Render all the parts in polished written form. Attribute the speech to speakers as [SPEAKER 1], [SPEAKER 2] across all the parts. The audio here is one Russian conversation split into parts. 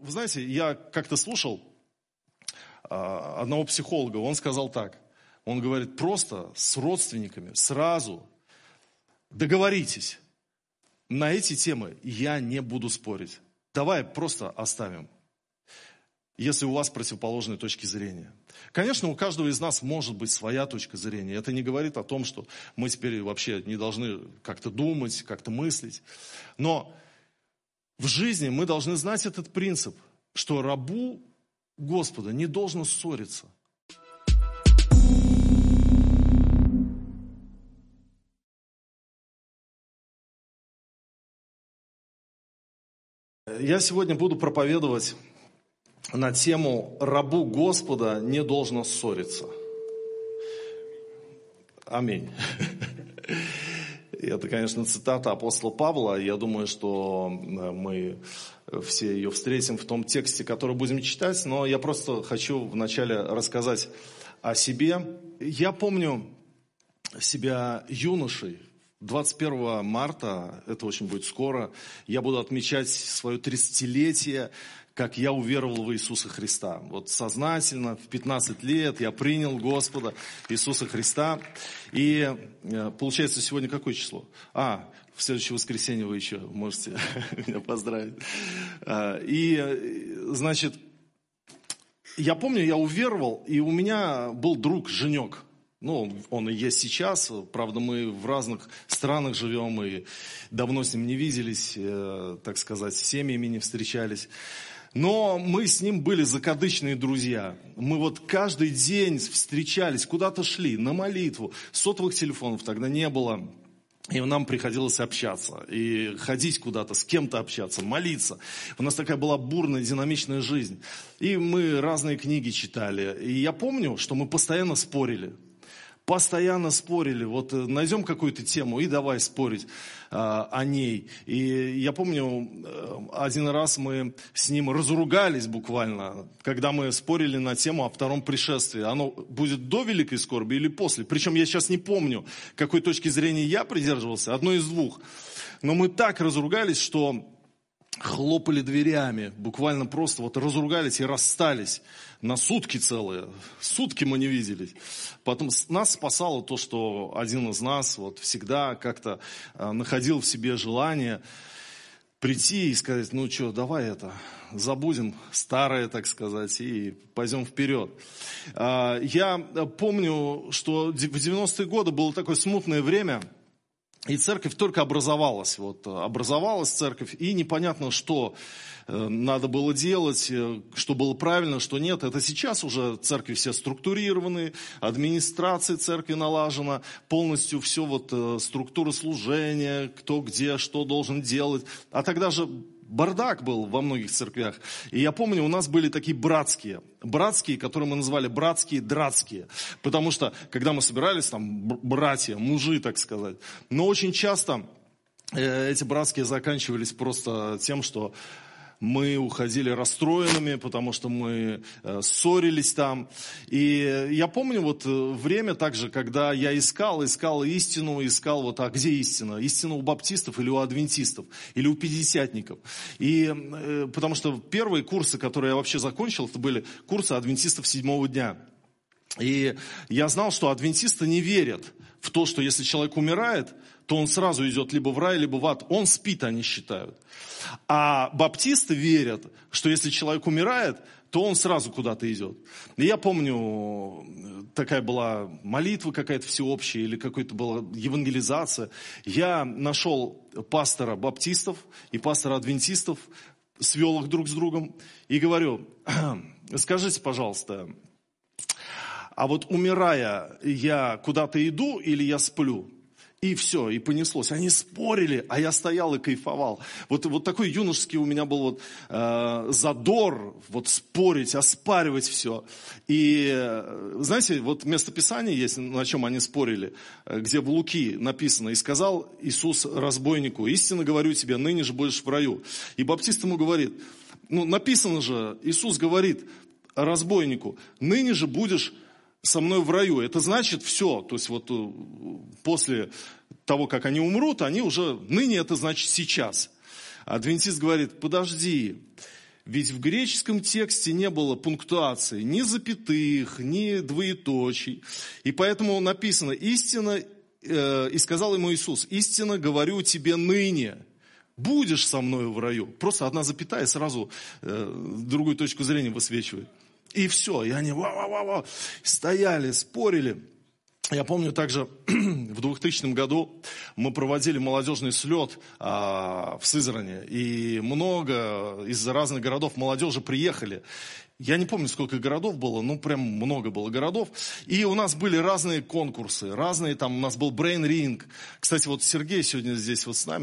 [SPEAKER 1] вы знаете, я как-то слушал одного психолога, он сказал так. Он говорит, просто с родственниками сразу договоритесь. На эти темы я не буду спорить. Давай просто оставим, если у вас противоположные точки зрения. Конечно, у каждого из нас может быть своя точка зрения. Это не говорит о том, что мы теперь вообще не должны как-то думать, как-то мыслить. Но в жизни мы должны знать этот принцип, что рабу Господа не должно ссориться. Я сегодня буду проповедовать на тему «Рабу Господа не должно ссориться». Аминь. Это, конечно, цитата апостола Павла. Я думаю, что мы все ее встретим в том тексте, который будем читать. Но я просто хочу вначале рассказать о себе. Я помню себя юношей. 21 марта, это очень будет скоро, я буду отмечать свое 30-летие, как я уверовал в Иисуса Христа. Вот сознательно, в 15 лет я принял Господа Иисуса Христа. И получается, сегодня какое число? В следующее воскресенье вы еще можете меня поздравить. И, значит, я помню, я уверовал, и у меня был друг Женек. Он и есть сейчас, правда, мы в разных странах живем и давно с ним не виделись, так сказать, с семьями не встречались. Но мы с ним были закадычные друзья. Мы вот каждый день встречались, куда-то шли, на молитву. Сотовых телефонов тогда не было. И нам приходилось общаться, и ходить куда-то, с кем-то общаться, молиться. У нас такая была бурная, динамичная жизнь. И мы разные книги читали. И я помню, что мы постоянно спорили. Вот найдем какую-то тему и давай спорить о ней. И я помню, один раз мы с ним разругались буквально, когда мы спорили на тему о втором пришествии. Оно будет до великой скорби или после? Причем я сейчас не помню, какой точки зрения я придерживался, одной из двух. Но мы так разругались, что хлопали дверями, буквально просто вот разругались и расстались на сутки целые. Сутки мы не виделись. Потом нас спасало то, что один из нас вот всегда как-то находил в себе желание прийти и сказать, давай забудем старое, так сказать, и пойдем вперед. Я помню, что в 90-е годы было такое смутное время, и церковь только образовалась. Образовалась церковь, и непонятно, что надо было делать, что было правильно, что нет. Это сейчас уже церкви все структурированы, администрация церкви налажена, полностью все структура служения, кто где, что должен делать. А тогда же бардак был во многих церквях. И я помню, у нас были такие братские, которые мы называли братские, дратские. Потому что, когда мы собирались, там, братья, мужи, так сказать. Но очень часто эти братские заканчивались просто тем, что мы уходили расстроенными, потому что мы ссорились там. И я помню время также, когда я искал истину, а где истина? Истина у баптистов или у адвентистов, или у пятидесятников. И потому что первые курсы, которые я вообще закончил, это были курсы адвентистов 7-го дня. И я знал, что адвентисты не верят в то, что если человек умирает, то он сразу идет либо в рай, либо в ад. Он спит, они считают. А баптисты верят, что если человек умирает, то он сразу куда-то идет. И я помню, такая была молитва какая-то всеобщая, или какая-то была евангелизация. Я нашел пастора баптистов и пастора адвентистов, свел их друг с другом, и говорю, скажите, пожалуйста, а умирая, я куда-то иду или я сплю? И все, и понеслось. Они спорили, а я стоял и кайфовал. Вот такой юношеский у меня был задор, спорить, оспаривать все. И, знаете, местописание есть, на чем они спорили, где в Луки написано, и сказал Иисус разбойнику, истинно говорю тебе, ныне же будешь в раю. И баптист ему говорит, написано же, Иисус говорит разбойнику, ныне же будешь со мной в раю. Это значит все. То есть после того, как они умрут, они уже, ныне это значит сейчас. Адвентист говорит, подожди, Ведь в греческом тексте не было пунктуации, ни запятых, ни двоеточий. И поэтому написано: истина, и сказал ему Иисус: истинно говорю тебе ныне, будешь со мною в раю. Просто одна запятая сразу другую точку зрения высвечивает. И все, и они стояли, спорили. Я помню также в 2000 году мы проводили молодежный слет в Сызрани, и много из разных городов молодежи приехали. Я не помню, сколько городов было, прям много было городов. И у нас были разные конкурсы, разные, там у нас был Brain Ring. Кстати, вот Сергей сегодня здесь вот с нами.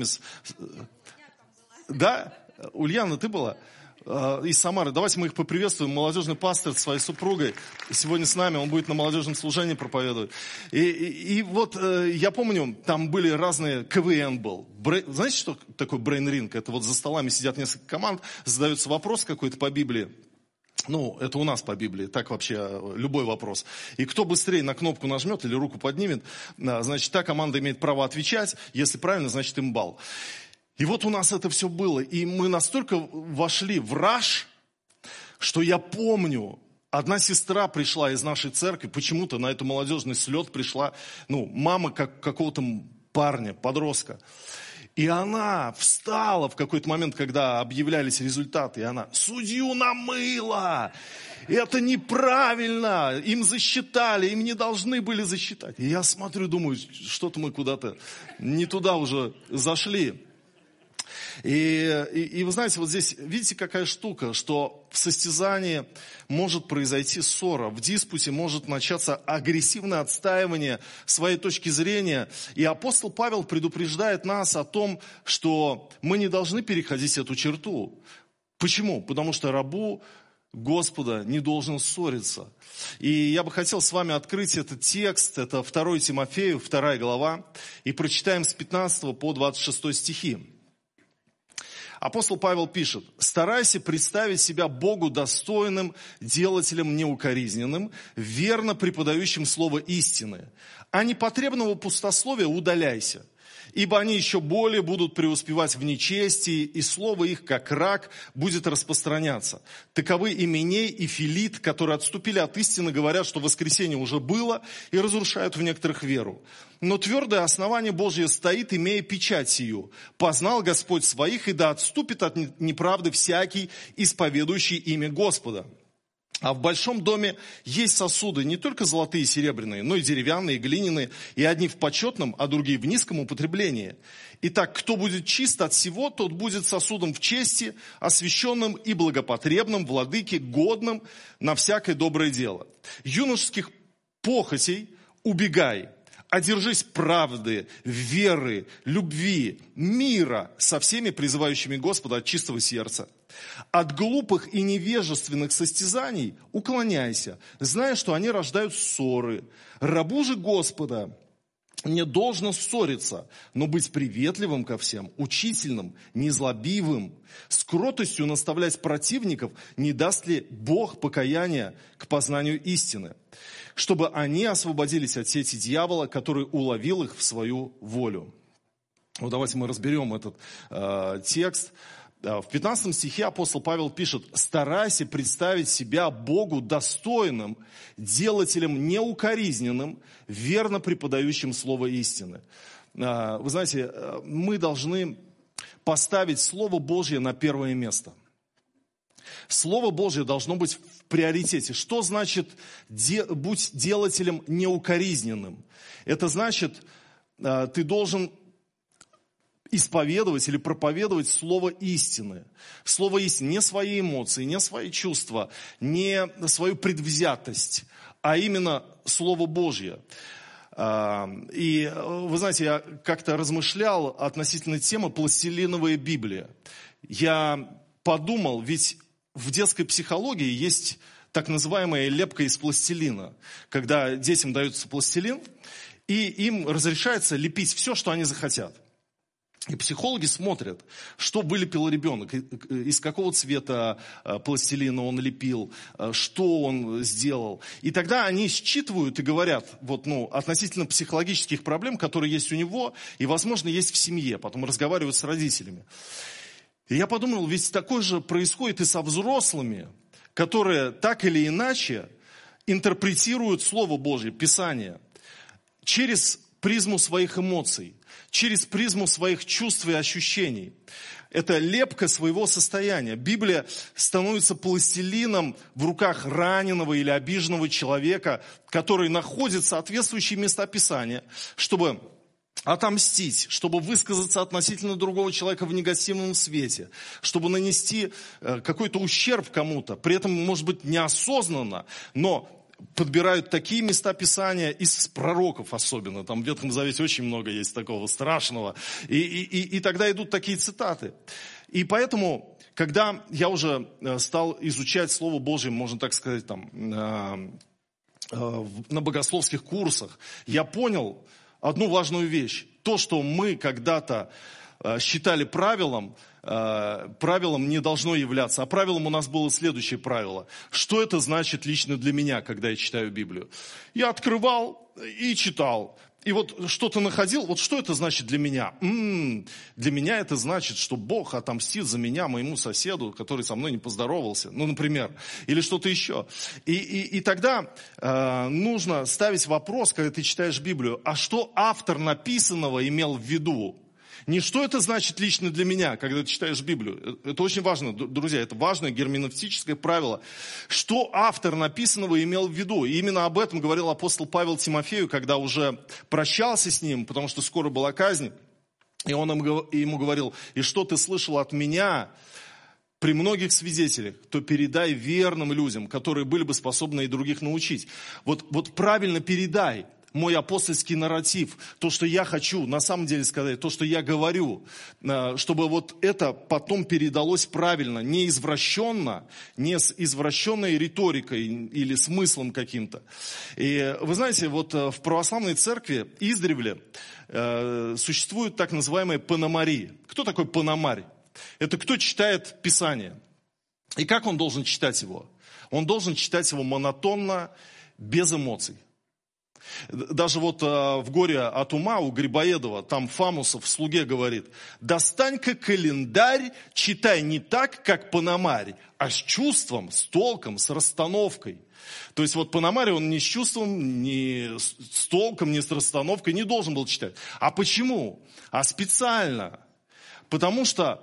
[SPEAKER 1] Да? Ульяна, ты была? Из Самары. Давайте мы их поприветствуем. Молодежный пастор со своей супругой сегодня с нами. Он будет на молодежном служении проповедовать. И вот я помню, там были разные, КВН был. Знаете, что такое Brain Ring? Это вот за столами сидят несколько команд, задается вопрос какой-то по Библии. Это у нас по Библии, так вообще любой вопрос. И кто быстрее на кнопку нажмет или руку поднимет, значит, та команда имеет право отвечать. Если правильно, значит, им балл. И вот у нас это все было. И мы настолько вошли в раж, что я помню, одна сестра пришла из нашей церкви, почему-то на этот молодежный слет пришла, мама какого-то парня, подростка. И она встала в какой-то момент, когда объявлялись результаты, и она: судью намыла! Это неправильно! Им засчитали, им не должны были засчитать. И я смотрю, думаю, что-то мы куда-то не туда уже зашли. И вы знаете, вот здесь, видите, какая штука, что в состязании может произойти ссора, в диспуте может начаться агрессивное отстаивание своей точки зрения. И апостол Павел предупреждает нас о том, что мы не должны переходить эту черту. Почему? Потому что рабу Господа не должен ссориться. И я бы хотел с вами открыть этот текст, это 2 Тимофею, 2 глава, и прочитаем с 15 по 26 стихи. Апостол Павел пишет: «Старайся представить себя Богу достойным, делателем неукоризненным, верно преподающим слово истины. А непотребного пустословия удаляйся, ибо они еще более будут преуспевать в нечестии, и слово их, как рак, будет распространяться. Таковы Именей и Филит, которые отступили от истины, говорят, что воскресение уже было, и разрушают в некоторых веру. Но твердое основание Божье стоит, имея печать сию. Познал Господь своих, и да отступит от неправды всякий, исповедующий имя Господа. А в большом доме есть сосуды, не только золотые и серебряные, но и деревянные, и глиняные, и одни в почетном, а другие в низком употреблении. Итак, кто будет чист от всего, тот будет сосудом в чести, освященным и благопотребным, владыке, годным на всякое доброе дело. Юношеских похотей убегай, одержись правды, веры, любви, мира со всеми призывающими Господа от чистого сердца. От глупых и невежественных состязаний уклоняйся, зная, что они рождают ссоры. Рабу же Господа не должно ссориться, но быть приветливым ко всем, учительным, незлобивым, с кротостью наставлять противников, не даст ли Бог покаяния к познанию истины, чтобы они освободились от сети дьявола, который уловил их в свою волю». Вот давайте мы разберем этот текст. В 15 стихе апостол Павел пишет: «Старайся представить себя Богу достойным, делателем неукоризненным, верно преподающим слово истины». Вы знаете, мы должны поставить Слово Божье на первое место. Слово Божье должно быть в приоритете. Что значит «будь делателем неукоризненным»? Это значит, ты должен исповедовать или проповедовать слово истины. Слово истины, не свои эмоции, не свои чувства, не свою предвзятость, а именно Слово Божье. И вы знаете, я как-то размышлял относительно темы «Пластилиновая Библия». Я подумал, ведь в детской психологии есть так называемая лепка из пластилина, когда детям дается пластилин, и им разрешается лепить все, что они захотят. И психологи смотрят, что вылепил ребенок, из какого цвета пластилина он лепил, что он сделал. И тогда они считывают и говорят относительно психологических проблем, которые есть у него и, возможно, есть в семье. Потом разговаривают с родителями. И я подумал, ведь такое же происходит и со взрослыми, которые так или иначе интерпретируют Слово Божье, Писание, через призму своих эмоций, через призму своих чувств и ощущений. Это лепка своего состояния. Библия становится пластилином в руках раненого или обиженного человека, который находит соответствующие места Писания, чтобы отомстить, чтобы высказаться относительно другого человека в негативном свете, чтобы нанести какой-то ущерб кому-то, при этом, может быть, неосознанно, но подбирают такие места Писания из пророков особенно. Там в Ветхом Завете очень много есть такого страшного. И тогда идут такие цитаты. И поэтому, когда я уже стал изучать Слово Божье, можно так сказать, там, на богословских курсах, я понял одну важную вещь. То, что мы когда-то считали правилом не должно являться. А правилом у нас было следующее правило. Что это значит лично для меня, когда я читаю Библию? Я открывал и читал. И вот что-то находил, вот что это значит для меня? Для меня это значит, что Бог отомстит за меня моему соседу, который со мной не поздоровался. Ну, например. Или что-то еще. И тогда нужно ставить вопрос, когда ты читаешь Библию, а что автор написанного имел в виду? Не что это значит лично для меня, когда ты читаешь Библию. Это очень важно, друзья, это важное герменевтическое правило. Что автор написанного имел в виду? И именно об этом говорил апостол Павел Тимофею, когда уже прощался с ним, потому что скоро была казнь. И он ему говорил, и что ты слышал от меня при многих свидетелях, то передай верным людям, которые были бы способны и других научить. Вот правильно передай. Мой апостольский нарратив, то, что я хочу на самом деле сказать, то, что я говорю, чтобы вот это потом передалось правильно, не извращенно, не с извращенной риторикой или смыслом каким-то. И вы знаете, вот в православной церкви издревле существует так называемая пономария. Кто такой пономарь? Это кто читает Писание. И как он должен читать его? Он должен читать его монотонно, без эмоций. Даже вот в «Горе от ума» у Грибоедова, там Фамусов в «Слуге» говорит, достань-ка календарь, читай не так, как Пономарь, а с чувством, с толком, с расстановкой. То есть вот Пономарь, он ни с чувством, ни с толком, ни с расстановкой не должен был читать. А почему? А специально. Потому что,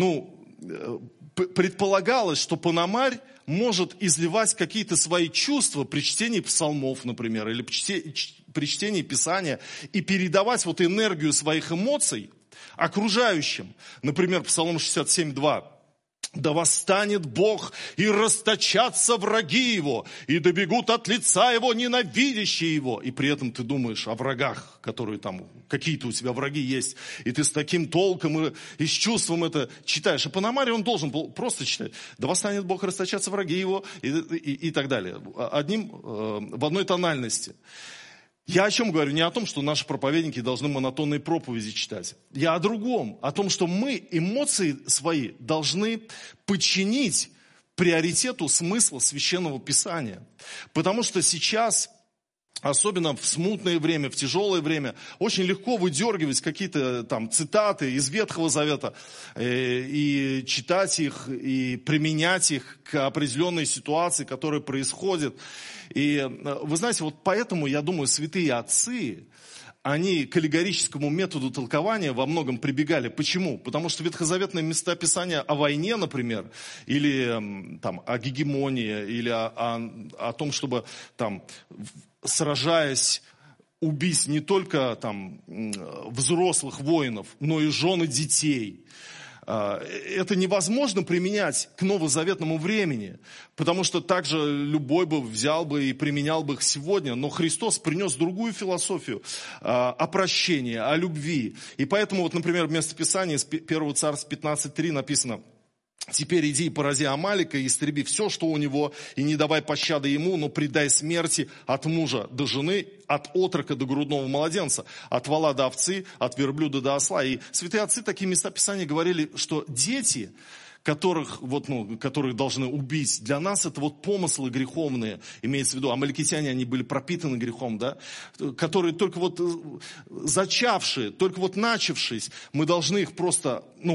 [SPEAKER 1] предполагалось, что Пономарь может изливать какие-то свои чувства при чтении псалмов, например, или при чтении Писания, и передавать вот энергию своих эмоций окружающим. Например, Псалом 67:2. «Да восстанет Бог, и расточатся враги Его, и добегут от лица Его ненавидящие Его». И при этом ты думаешь о врагах, которые там, какие-то у тебя враги есть, и ты с таким толком и с чувством это читаешь. А Пономарь он должен был просто читать. «Да восстанет Бог, расточатся враги Его», и так далее. В одной тональности. Я о чем говорю? Не о том, что наши проповедники должны монотонные проповеди читать. Я о другом. О том, что мы эмоции свои должны подчинить приоритету смысла Священного Писания. Потому что сейчас, особенно в смутное время, в тяжелое время, очень легко выдергивать какие-то там цитаты из Ветхого Завета и читать их, и применять их к определенной ситуации, которая происходит. И вы знаете, вот поэтому, я думаю, святые отцы, они к аллегорическому методу толкования во многом прибегали. Почему? Потому что ветхозаветные места Писания о войне, например, или там, о гегемонии, или о том, чтобы там, сражаясь, убить не только там, взрослых воинов, но и жен и детей. Это невозможно применять к новозаветному времени, потому что также любой бы взял бы и применял бы их сегодня, но Христос принес другую философию о прощении, о любви. И поэтому, вот, например, в местописании из 1 Царств 15:3 написано: «Теперь иди и порази Амалика, и истреби все, что у него, и не давай пощады ему, но предай смерти от мужа до жены, от отрока до грудного младенца, от вола до овцы, от верблюда до осла». И святые отцы такие места Писания говорили, что дети, которых должны убить, для нас это вот помыслы греховные, имеется в виду, амаликитяне, они были пропитаны грехом, да, которые только вот зачавшие, только вот начавшись, мы должны их просто,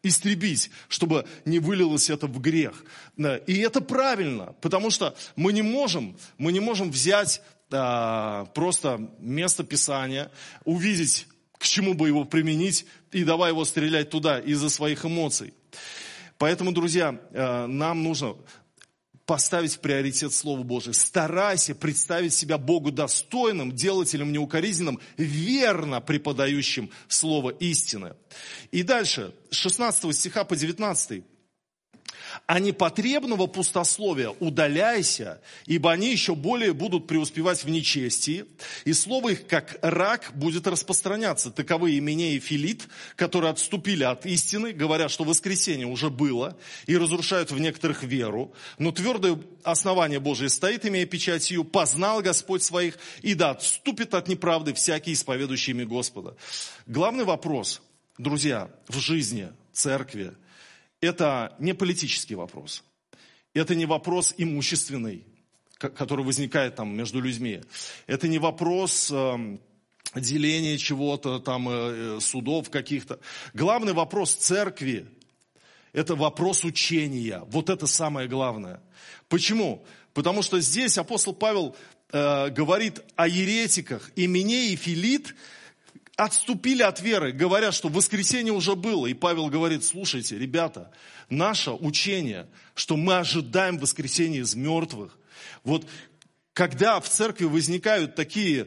[SPEAKER 1] истребить, чтобы не вылилось это в грех. И это правильно, потому что мы не можем взять просто место Писания, увидеть, к чему бы его применить, и давай его стрелять туда из-за своих эмоций. Поэтому, друзья, нам нужно поставить в приоритет Слово Божие. Старайся представить себя Богу достойным, делателем неукоризненным, верно преподающим Слово истины. И дальше, с 16 стиха по 19. «А непотребного пустословия удаляйся, ибо они еще более будут преуспевать в нечестии, и слово их, как рак, будет распространяться. Таковы Именей и Филит, которые отступили от истины, говоря, что воскресение уже было, и разрушают в некоторых веру. Но твердое основание Божие стоит, имея печать сию, познал Господь своих, и да отступит от неправды всякий, исповедующий имя Господа». Главный вопрос, друзья, в жизни церкви, это не политический вопрос. Это не вопрос имущественный, который возникает там между людьми. Это не вопрос деления чего-то, там, судов каких-то. Главный вопрос церкви – это вопрос учения. Вот это самое главное. Почему? Потому что здесь апостол Павел говорит о еретиках. Именей и Филит отступили от веры, говоря, что воскресенье уже было. И Павел говорит: слушайте, ребята, наше учение, что мы ожидаем воскресения из мертвых. Вот когда в церкви возникают такие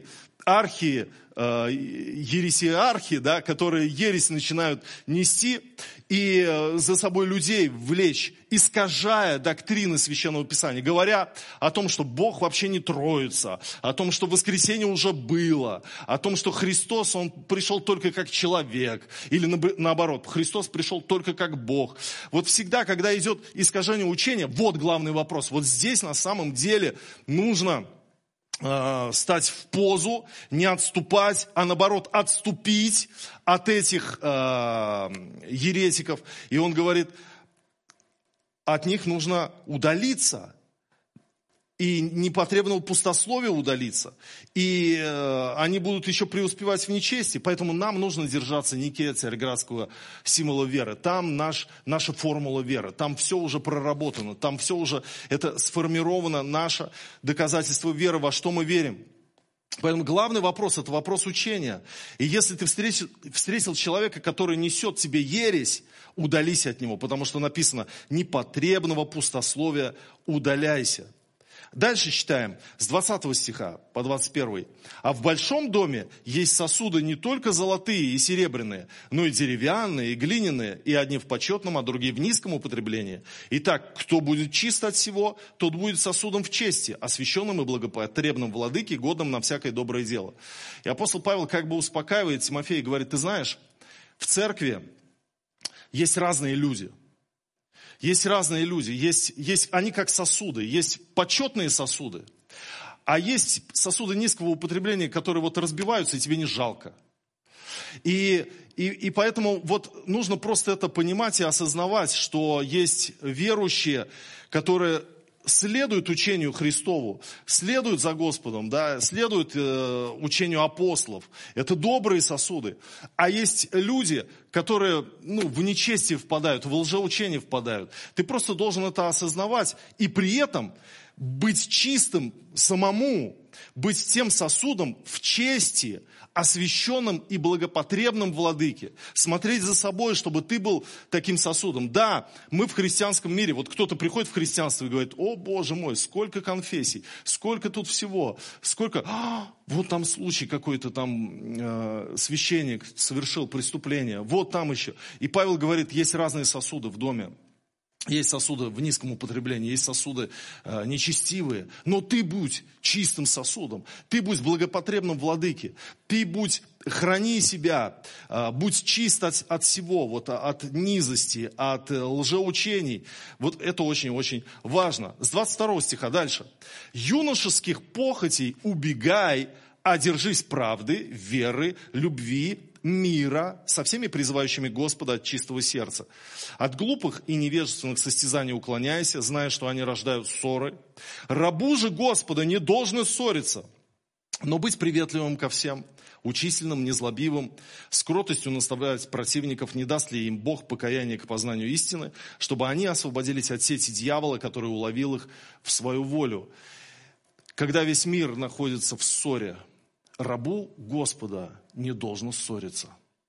[SPEAKER 1] ересиархи, да, которые ересь начинают нести и за собой людей влечь, искажая доктрины Священного Писания, говоря о том, что Бог вообще не троица, о том, что воскресенье уже было, о том, что Христос, Он пришел только как человек, или наоборот, Христос пришел только как Бог. Вот всегда, когда идет искажение учения, вот главный вопрос. Вот здесь на самом деле нужно стать в позу, не отступать, а наоборот отступить от этих еретиков. И он говорит, от них нужно удалиться. И непотребного пустословия удалиться. И они будут еще преуспевать в нечестии. Поэтому нам нужно держаться Никея, царьградского символа веры. Там наша формула веры. Там все уже проработано. Там все уже это сформировано, наше доказательство веры, во что мы верим. Поэтому главный вопрос – это вопрос учения. И если ты встретил человека, который несет тебе ересь, удались от него. Потому что написано: непотребного пустословия удаляйся. Дальше читаем с 20 стиха по 21. «А в большом доме есть сосуды не только золотые и серебряные, но и деревянные, и глиняные, и одни в почетном, а другие в низком употреблении. Итак, кто будет чист от всего, тот будет сосудом в чести, освященным и благопотребным владыке, годным на всякое доброе дело». И апостол Павел как бы успокаивает Тимофея и говорит: ты знаешь, в церкви есть разные люди. Есть разные люди, есть они как сосуды, есть почетные сосуды, а есть сосуды низкого употребления, которые вот разбиваются, и тебе не жалко. И поэтому вот нужно просто это понимать и осознавать, что есть верующие, которые следуют учению Христову, следуют за Господом, да, следуют учению апостолов. Это добрые сосуды. А есть люди, которые в нечестие впадают, в лжеучение впадают. Ты просто должен это осознавать и при этом быть чистым самому, быть тем сосудом в чести, освященным и благопотребным владыке. Смотреть за собой, чтобы ты был таким сосудом. Да, мы в христианском мире, вот кто-то приходит в христианство и говорит: о, Боже мой, сколько конфессий, сколько тут всего, сколько... вот там случай какой-то там священник совершил преступление, вот там еще. И Павел говорит, есть разные сосуды в доме. Есть сосуды в низком употреблении, есть сосуды нечестивые. Но ты будь чистым сосудом, ты будь благопотребным владыке, ты храни себя, будь чист от всего, вот, от низости, от лжеучений. Вот это очень-очень важно. С 22 стиха дальше. «Юношеских похотей убегай, а держись правды, веры, любви, мира, со всеми призывающими Господа от чистого сердца. От глупых и невежественных состязаний уклоняйся, зная, что они рождают ссоры. Рабу же Господа не должно ссориться, но быть приветливым ко всем, учительным, незлобивым, с кротостью наставлять противников, не даст ли им Бог покаяние к познанию истины, чтобы они освободились от сети дьявола, который уловил их в свою волю. Когда весь мир находится в ссоре, рабу Господа не должно ссориться.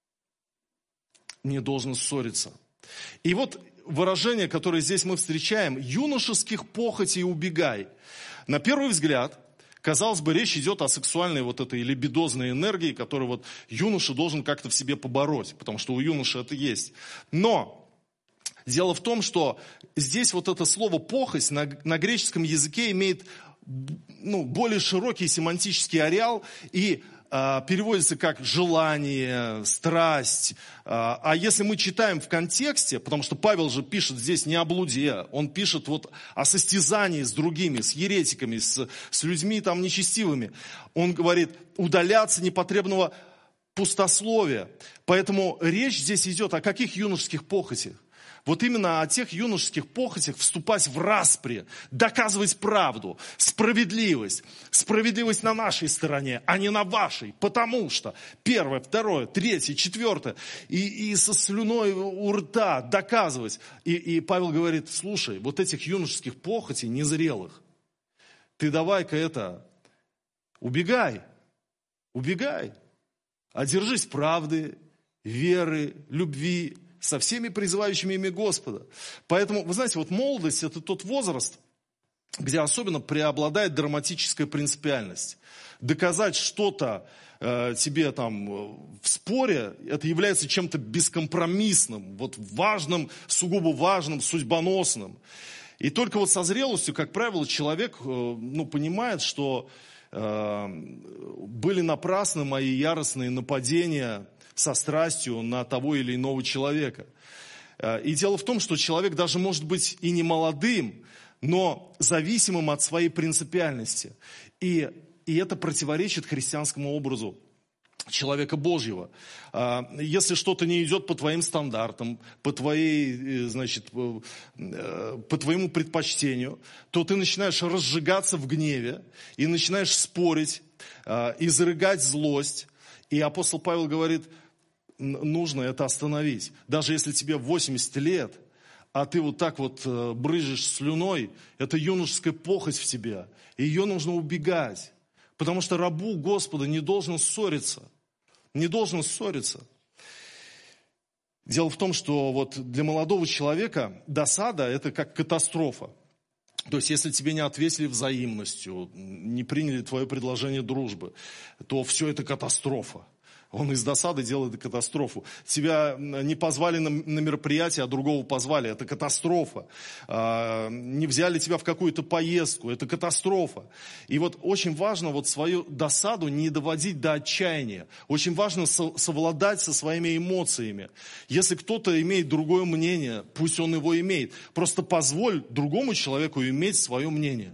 [SPEAKER 1] Не должен ссориться. И вот выражение, которое здесь мы встречаем: юношеских похотей убегай. На первый взгляд, казалось бы, речь идет о сексуальной вот этой либидозной энергии, которую вот юноша должен как-то в себе побороть, потому что у юноши это есть. Но дело в том, что здесь вот это слово «похоть» на греческом языке имеет более широкий семантический ареал и переводится как желание, страсть. А если мы читаем в контексте, потому что Павел же пишет здесь не о блуде, он пишет вот о состязании с другими, с еретиками, с людьми там нечестивыми. Он говорит удаляться непотребного пустословия. Поэтому речь здесь идет о каких юношеских похотях? Вот именно о тех юношеских похотях: вступать в распри, доказывать правду, справедливость. Справедливость на нашей стороне, а не на вашей. Потому что первое, второе, третье, четвертое. И со слюной у рта доказывать. И Павел говорит: слушай, вот этих юношеских похотей незрелых, ты давай-ка убегай. Одержись правды, веры, любви, со всеми призывающими имя Господа. Поэтому, вы знаете, вот молодость – это тот возраст, где особенно преобладает драматическая принципиальность. Доказать что-то тебе там в споре, это является чем-то бескомпромиссным, вот важным, сугубо важным, судьбоносным. И только вот со зрелостью, как правило, человек понимает, что были напрасны мои яростные нападения со страстью на того или иного человека. И дело в том, что человек даже может быть и не молодым, но зависимым от своей принципиальности. И это противоречит христианскому образу человека Божьего. Если что-то не идет по твоим стандартам, по твоему предпочтению, то ты начинаешь разжигаться в гневе и начинаешь спорить, изрыгать злость. И апостол Павел говорит: нужно это остановить. Даже если тебе 80 лет, а ты вот так вот брызжешь слюной, это юношеская похоть в тебе. И ее нужно убегать. Потому что рабу Господа не должен ссориться. Не должен ссориться. Дело в том, что вот для молодого человека досада – это как катастрофа. То есть, если тебе не ответили взаимностью, не приняли твое предложение дружбы, то все это катастрофа. Он из досады делает катастрофу. Тебя не позвали на мероприятие, а другого позвали. Это катастрофа. Не взяли тебя в какую-то поездку. Это катастрофа. И вот очень важно вот свою досаду не доводить до отчаяния. Очень важно совладать со своими эмоциями. Если кто-то имеет другое мнение, пусть он его имеет. Просто позволь другому человеку иметь свое мнение.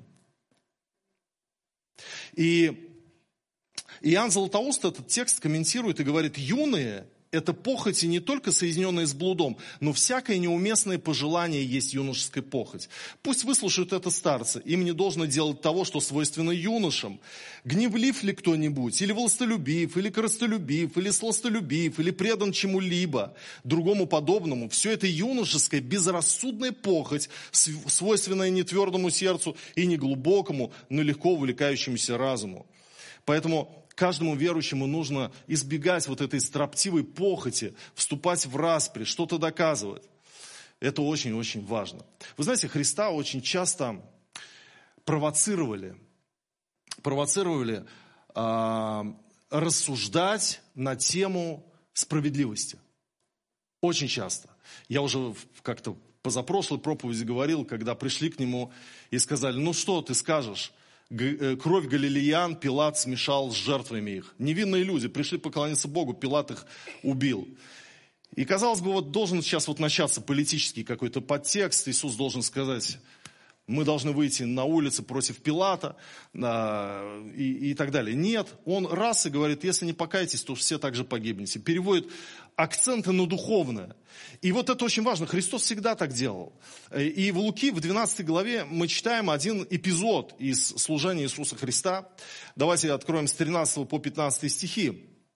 [SPEAKER 1] И Иоанн Златоуст этот текст комментирует и говорит: юные – это похоти не только соединенные с блудом, но всякое неуместное пожелание есть юношеская похоть. Пусть выслушают это старцы, им не должно делать того, что свойственно юношам. Гневлив ли кто-нибудь, или властолюбив, или корыстолюбив, или сластолюбив, или предан чему-либо, другому подобному, все это юношеская безрассудная похоть, свойственная не твердому сердцу и не глубокому, но легко увлекающемуся разуму. Поэтому каждому верующему нужно избегать вот этой строптивой похоти, вступать в распри, что-то доказывать. Это очень-очень важно. Вы знаете, Христа очень часто провоцировали рассуждать на тему справедливости. Очень часто. Я уже как-то позапрошлой проповеди говорил, когда пришли к нему и сказали: ну что ты скажешь? Кровь галилеян Пилат смешал с жертвами их. Невинные люди пришли поклониться Богу, Пилат их убил. И казалось бы, вот должен сейчас вот начаться политический какой-то подтекст. Иисус должен сказать: мы должны выйти на улицы против Пилата и так далее. Нет, он раз и говорит: если не покаетесь, то все также погибнете. Переводит акценты на духовное. И вот это очень важно. Христос всегда так делал. И в Луки, в 12 главе, мы читаем один эпизод из служения Иисуса Христа. Давайте откроем с 13 по 15 стихи.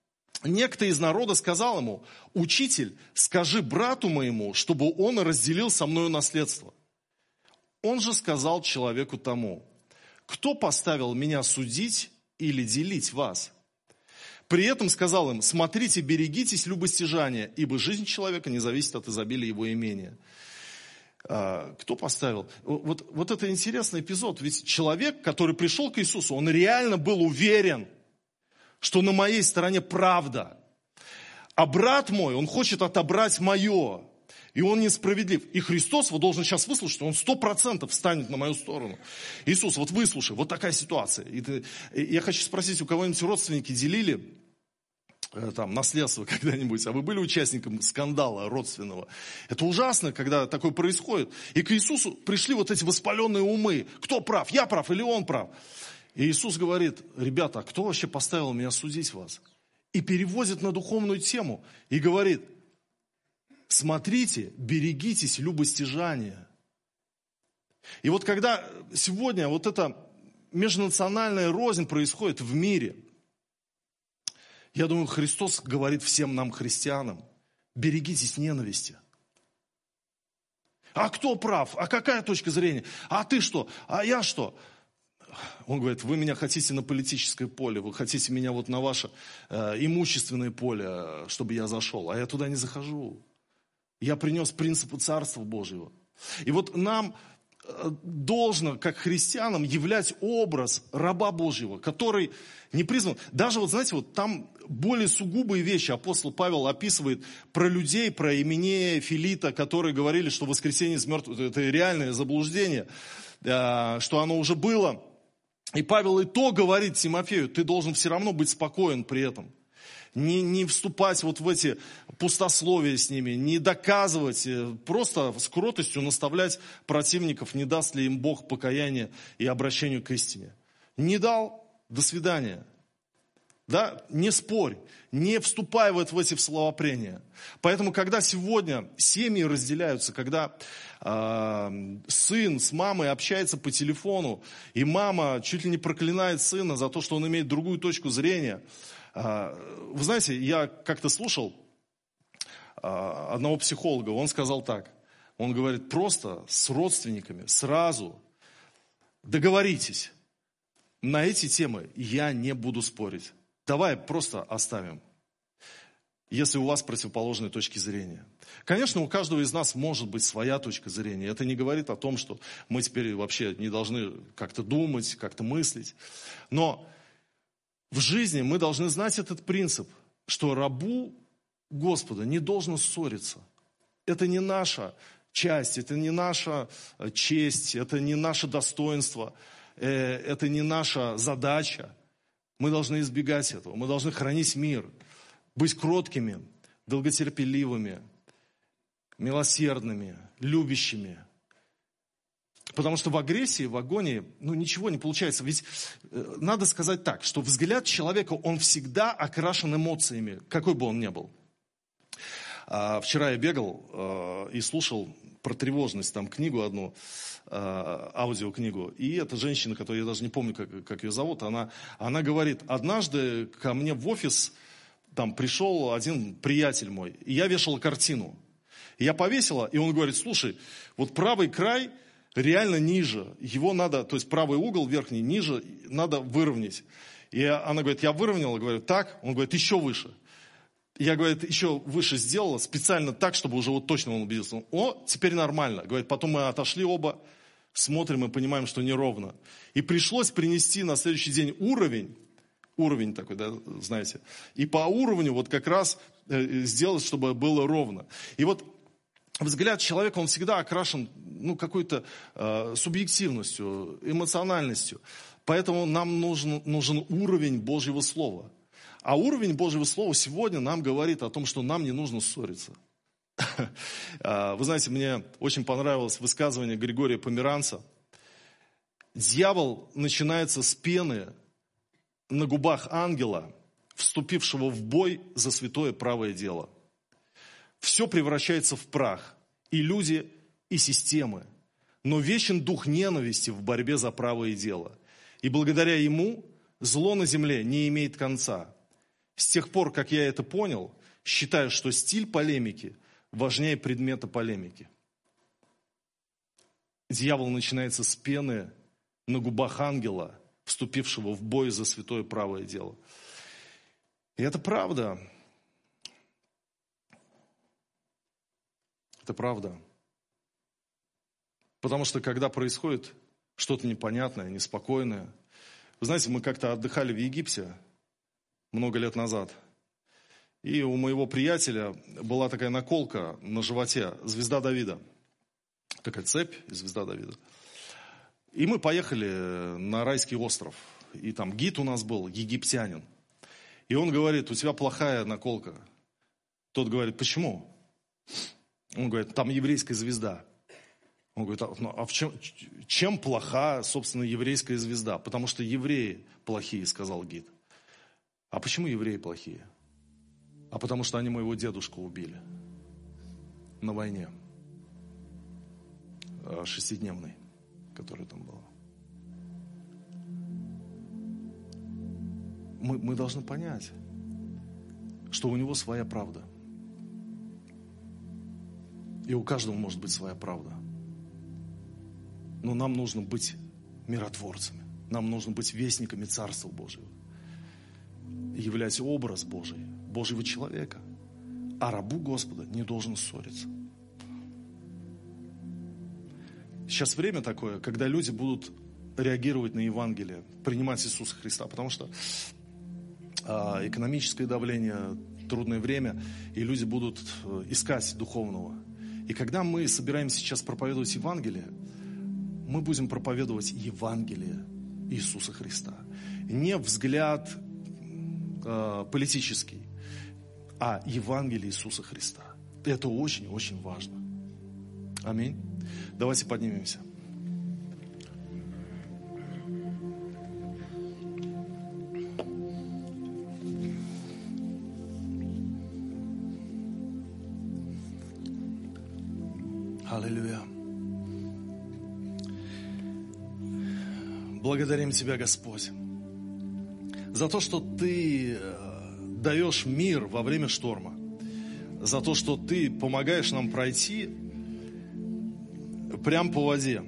[SPEAKER 1] некто из народа сказал ему: «Учитель, скажи брату моему, чтобы он разделил со мною наследство». Он же сказал человеку тому: «Кто поставил меня судить или делить вас?» При этом сказал им: «Смотрите, берегитесь любостяжания, ибо жизнь человека не зависит от изобилия его имения». Кто поставил? Вот это интересный эпизод. Ведь человек, который пришел к Иисусу, он реально был уверен, что на моей стороне правда. А брат мой, он хочет отобрать мое. И он несправедлив. И Христос вот должен сейчас выслушать, он 100% встанет на мою сторону. Иисус, вот выслушай, вот такая ситуация. Я хочу спросить, у кого-нибудь родственники делили там наследство когда-нибудь, а вы были участником скандала родственного? Это ужасно, когда такое происходит. И к Иисусу пришли вот эти воспаленные умы. Кто прав? Я прав или он прав? И Иисус говорит: ребята, а кто вообще поставил меня судить вас? И переводит на духовную тему. И говорит: смотрите, берегитесь любостяжания. И вот когда сегодня вот эта межнациональная рознь происходит в мире, я думаю, Христос говорит всем нам, христианам: берегитесь ненависти. А кто прав? А какая точка зрения? А ты что? А я что? Он говорит: вы меня хотите на политическое поле, вы хотите меня вот на ваше имущественное поле, чтобы я зашел, а я туда не захожу. Я принес принципы Царства Божьего. И вот нам должно, как христианам, являть образ раба Божьего, который не призван. Даже вот знаете, вот там более сугубые вещи апостол Павел описывает про людей, про Именея, Филита, которые говорили, что воскресение из мертвых – это реальное заблуждение, что оно уже было. И Павел и то говорит Тимофею: ты должен все равно быть спокоен при этом. Не вступать вот в эти пустословия с ними, не доказывать, просто с кротостью наставлять противников, не даст ли им Бог покаяния и обращению к истине. Не дал – до свидания. Да? Не спорь, не вступай вот в эти словопрения. Поэтому, когда сегодня семьи разделяются, когда сын с мамой общается по телефону, и мама чуть ли не проклинает сына за то, что он имеет другую точку зрения. Вы знаете, я как-то слушал одного психолога, он сказал так. Он говорит: просто с родственниками сразу договоритесь. На эти темы я не буду спорить. Давай просто оставим, если у вас противоположные точки зрения. Конечно, у каждого из нас может быть своя точка зрения. Это не говорит о том, что мы теперь вообще не должны как-то думать, как-то мыслить. Но в жизни мы должны знать этот принцип, что рабу Господа не должно ссориться. Это не наша часть, это не наша честь, это не наше достоинство, это не наша задача. Мы должны избегать этого, мы должны хранить мир, быть кроткими, долготерпеливыми, милосердными, любящими. Потому что в агрессии, в агонии, ничего не получается. Ведь надо сказать так, что взгляд человека, он всегда окрашен эмоциями, какой бы он ни был. Вчера я бегал и слушал про тревожность, там книгу одну, аудиокнигу. И эта женщина, которую я даже не помню, как ее зовут, она говорит: однажды ко мне в офис там пришел один приятель мой, и я вешала картину. И я повесила, и он говорит: слушай, вот правый край реально ниже, его надо, то есть правый угол верхний ниже, надо выровнять. И она говорит: я выровняла, говорю: так? Он говорит: еще выше. Я, говорит, еще выше сделала, специально так, чтобы уже вот точно он убедился. О, теперь нормально. Говорит, потом мы отошли оба, смотрим и понимаем, что неровно. И пришлось принести на следующий день уровень такой, да, знаете. И по уровню вот как раз сделать, чтобы было ровно. И вот взгляд человека, он всегда окрашен какой-то субъективностью, эмоциональностью. Поэтому нам нужен уровень Божьего Слова. А уровень Божьего Слова сегодня нам говорит о том, что нам не нужно ссориться. Вы знаете, мне очень понравилось высказывание Григория Померанца. Дьявол начинается с пены на губах ангела, вступившего в бой за святое правое дело. Все превращается в прах, и люди, и системы. Но вечен дух ненависти в борьбе за правое дело. И благодаря ему зло на земле не имеет конца. С тех пор, как я это понял, считаю, что стиль полемики важнее предмета полемики. Дьявол начинается с пены на губах ангела, вступившего в бой за святое правое дело. И это правда. Это правда. Потому что когда происходит что-то непонятное, неспокойное. Вы знаете, мы как-то отдыхали в Египте много лет назад. И у моего приятеля была такая наколка на животе, звезда Давида. Такая цепь, звезда Давида. И мы поехали на райский остров. И там гид у нас был, египтянин. И он говорит: у тебя плохая наколка. Тот говорит: почему? Он говорит: там еврейская звезда. Он говорит: а в чем плоха, собственно, еврейская звезда? Потому что евреи плохие, сказал гид. А почему евреи плохие? А потому что они моего дедушку убили на войне 6-дневной, которая там была. Мы должны понять, что у него своя правда. И у каждого может быть своя правда. Но нам нужно быть миротворцами. Нам нужно быть вестниками Царства Божьего. Являть образ Божий, Божьего человека. А рабу Господа не должен ссориться. Сейчас время такое, когда люди будут реагировать на Евангелие, принимать Иисуса Христа, потому что экономическое давление, трудное время, и люди будут искать духовного. И когда мы собираемся сейчас проповедовать Евангелие, мы будем проповедовать Евангелие Иисуса Христа. Не взгляд политический, а Евангелие Иисуса Христа. Это очень-очень важно. Аминь. Давайте поднимемся. Аллилуйя. Благодарим Тебя, Господь, за то, что Ты даешь мир во время шторма, за то, что Ты помогаешь нам пройти прямо по воде.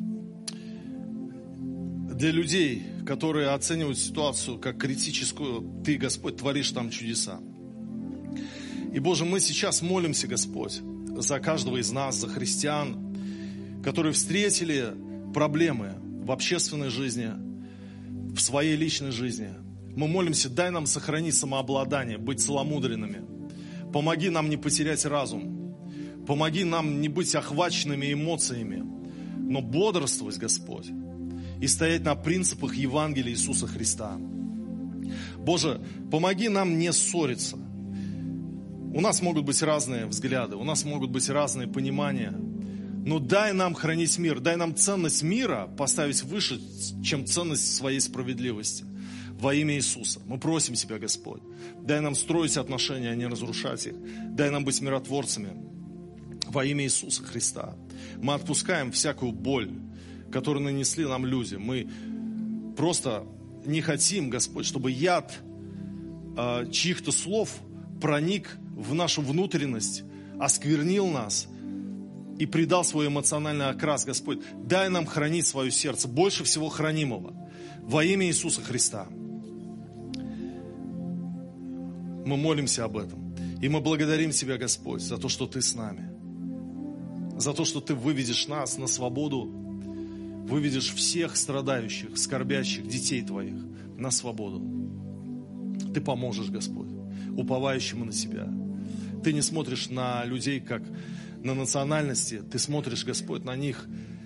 [SPEAKER 1] Для людей, которые оценивают ситуацию как критическую, Ты, Господь, творишь там чудеса. И, Боже, мы сейчас молимся, Господь, за каждого из нас, за христиан, которые встретили проблемы в общественной жизни, в своей личной жизни. Мы молимся: дай нам сохранить самообладание, быть целомудренными. Помоги нам не потерять разум. Помоги нам не быть охваченными эмоциями, но бодрствовать, Господь, и стоять на принципах Евангелия Иисуса Христа. Боже, помоги нам не ссориться. У нас могут быть разные взгляды, у нас могут быть разные понимания, но дай нам хранить мир, дай нам ценность мира поставить выше, чем ценность своей справедливости. Во имя Иисуса мы просим Тебя, Господь, дай нам строить отношения, а не разрушать их. Дай нам быть миротворцами во имя Иисуса Христа. Мы отпускаем всякую боль, которую нанесли нам люди. Мы просто не хотим, Господь, чтобы яд чьих-то слов проник в нашу внутренность, осквернил нас и придал свой эмоциональный окрас. Господь, дай нам хранить свое сердце, больше всего хранимого, во имя Иисуса Христа. Мы молимся об этом. И мы благодарим Тебя, Господь, за то, что Ты с нами. За то, что Ты выведешь нас на свободу, выведешь всех страдающих, скорбящих детей Твоих на свободу. Ты поможешь, Господь, уповающему на Тебя. Ты не смотришь на людей, как на национальности. Ты смотришь, Господь, на них,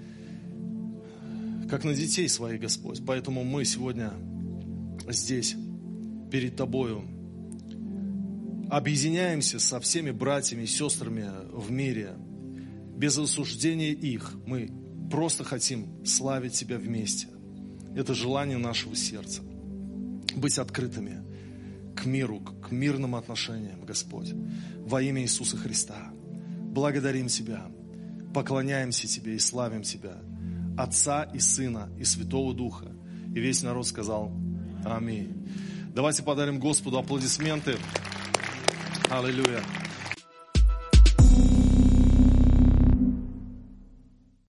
[SPEAKER 1] как на детей своих, Господь. Поэтому мы сегодня здесь, перед Тобою, объединяемся со всеми братьями и сестрами в мире, без осуждения их. Мы просто хотим славить Тебя вместе. Это желание нашего сердца. Быть открытыми к миру, к мирным отношениям, Господь. Во имя Иисуса Христа. Благодарим Тебя, поклоняемся Тебе и славим Тебя, Отца и Сына и Святого Духа. И весь народ сказал: аминь. Давайте подарим Господу аплодисменты. Аллилуйя.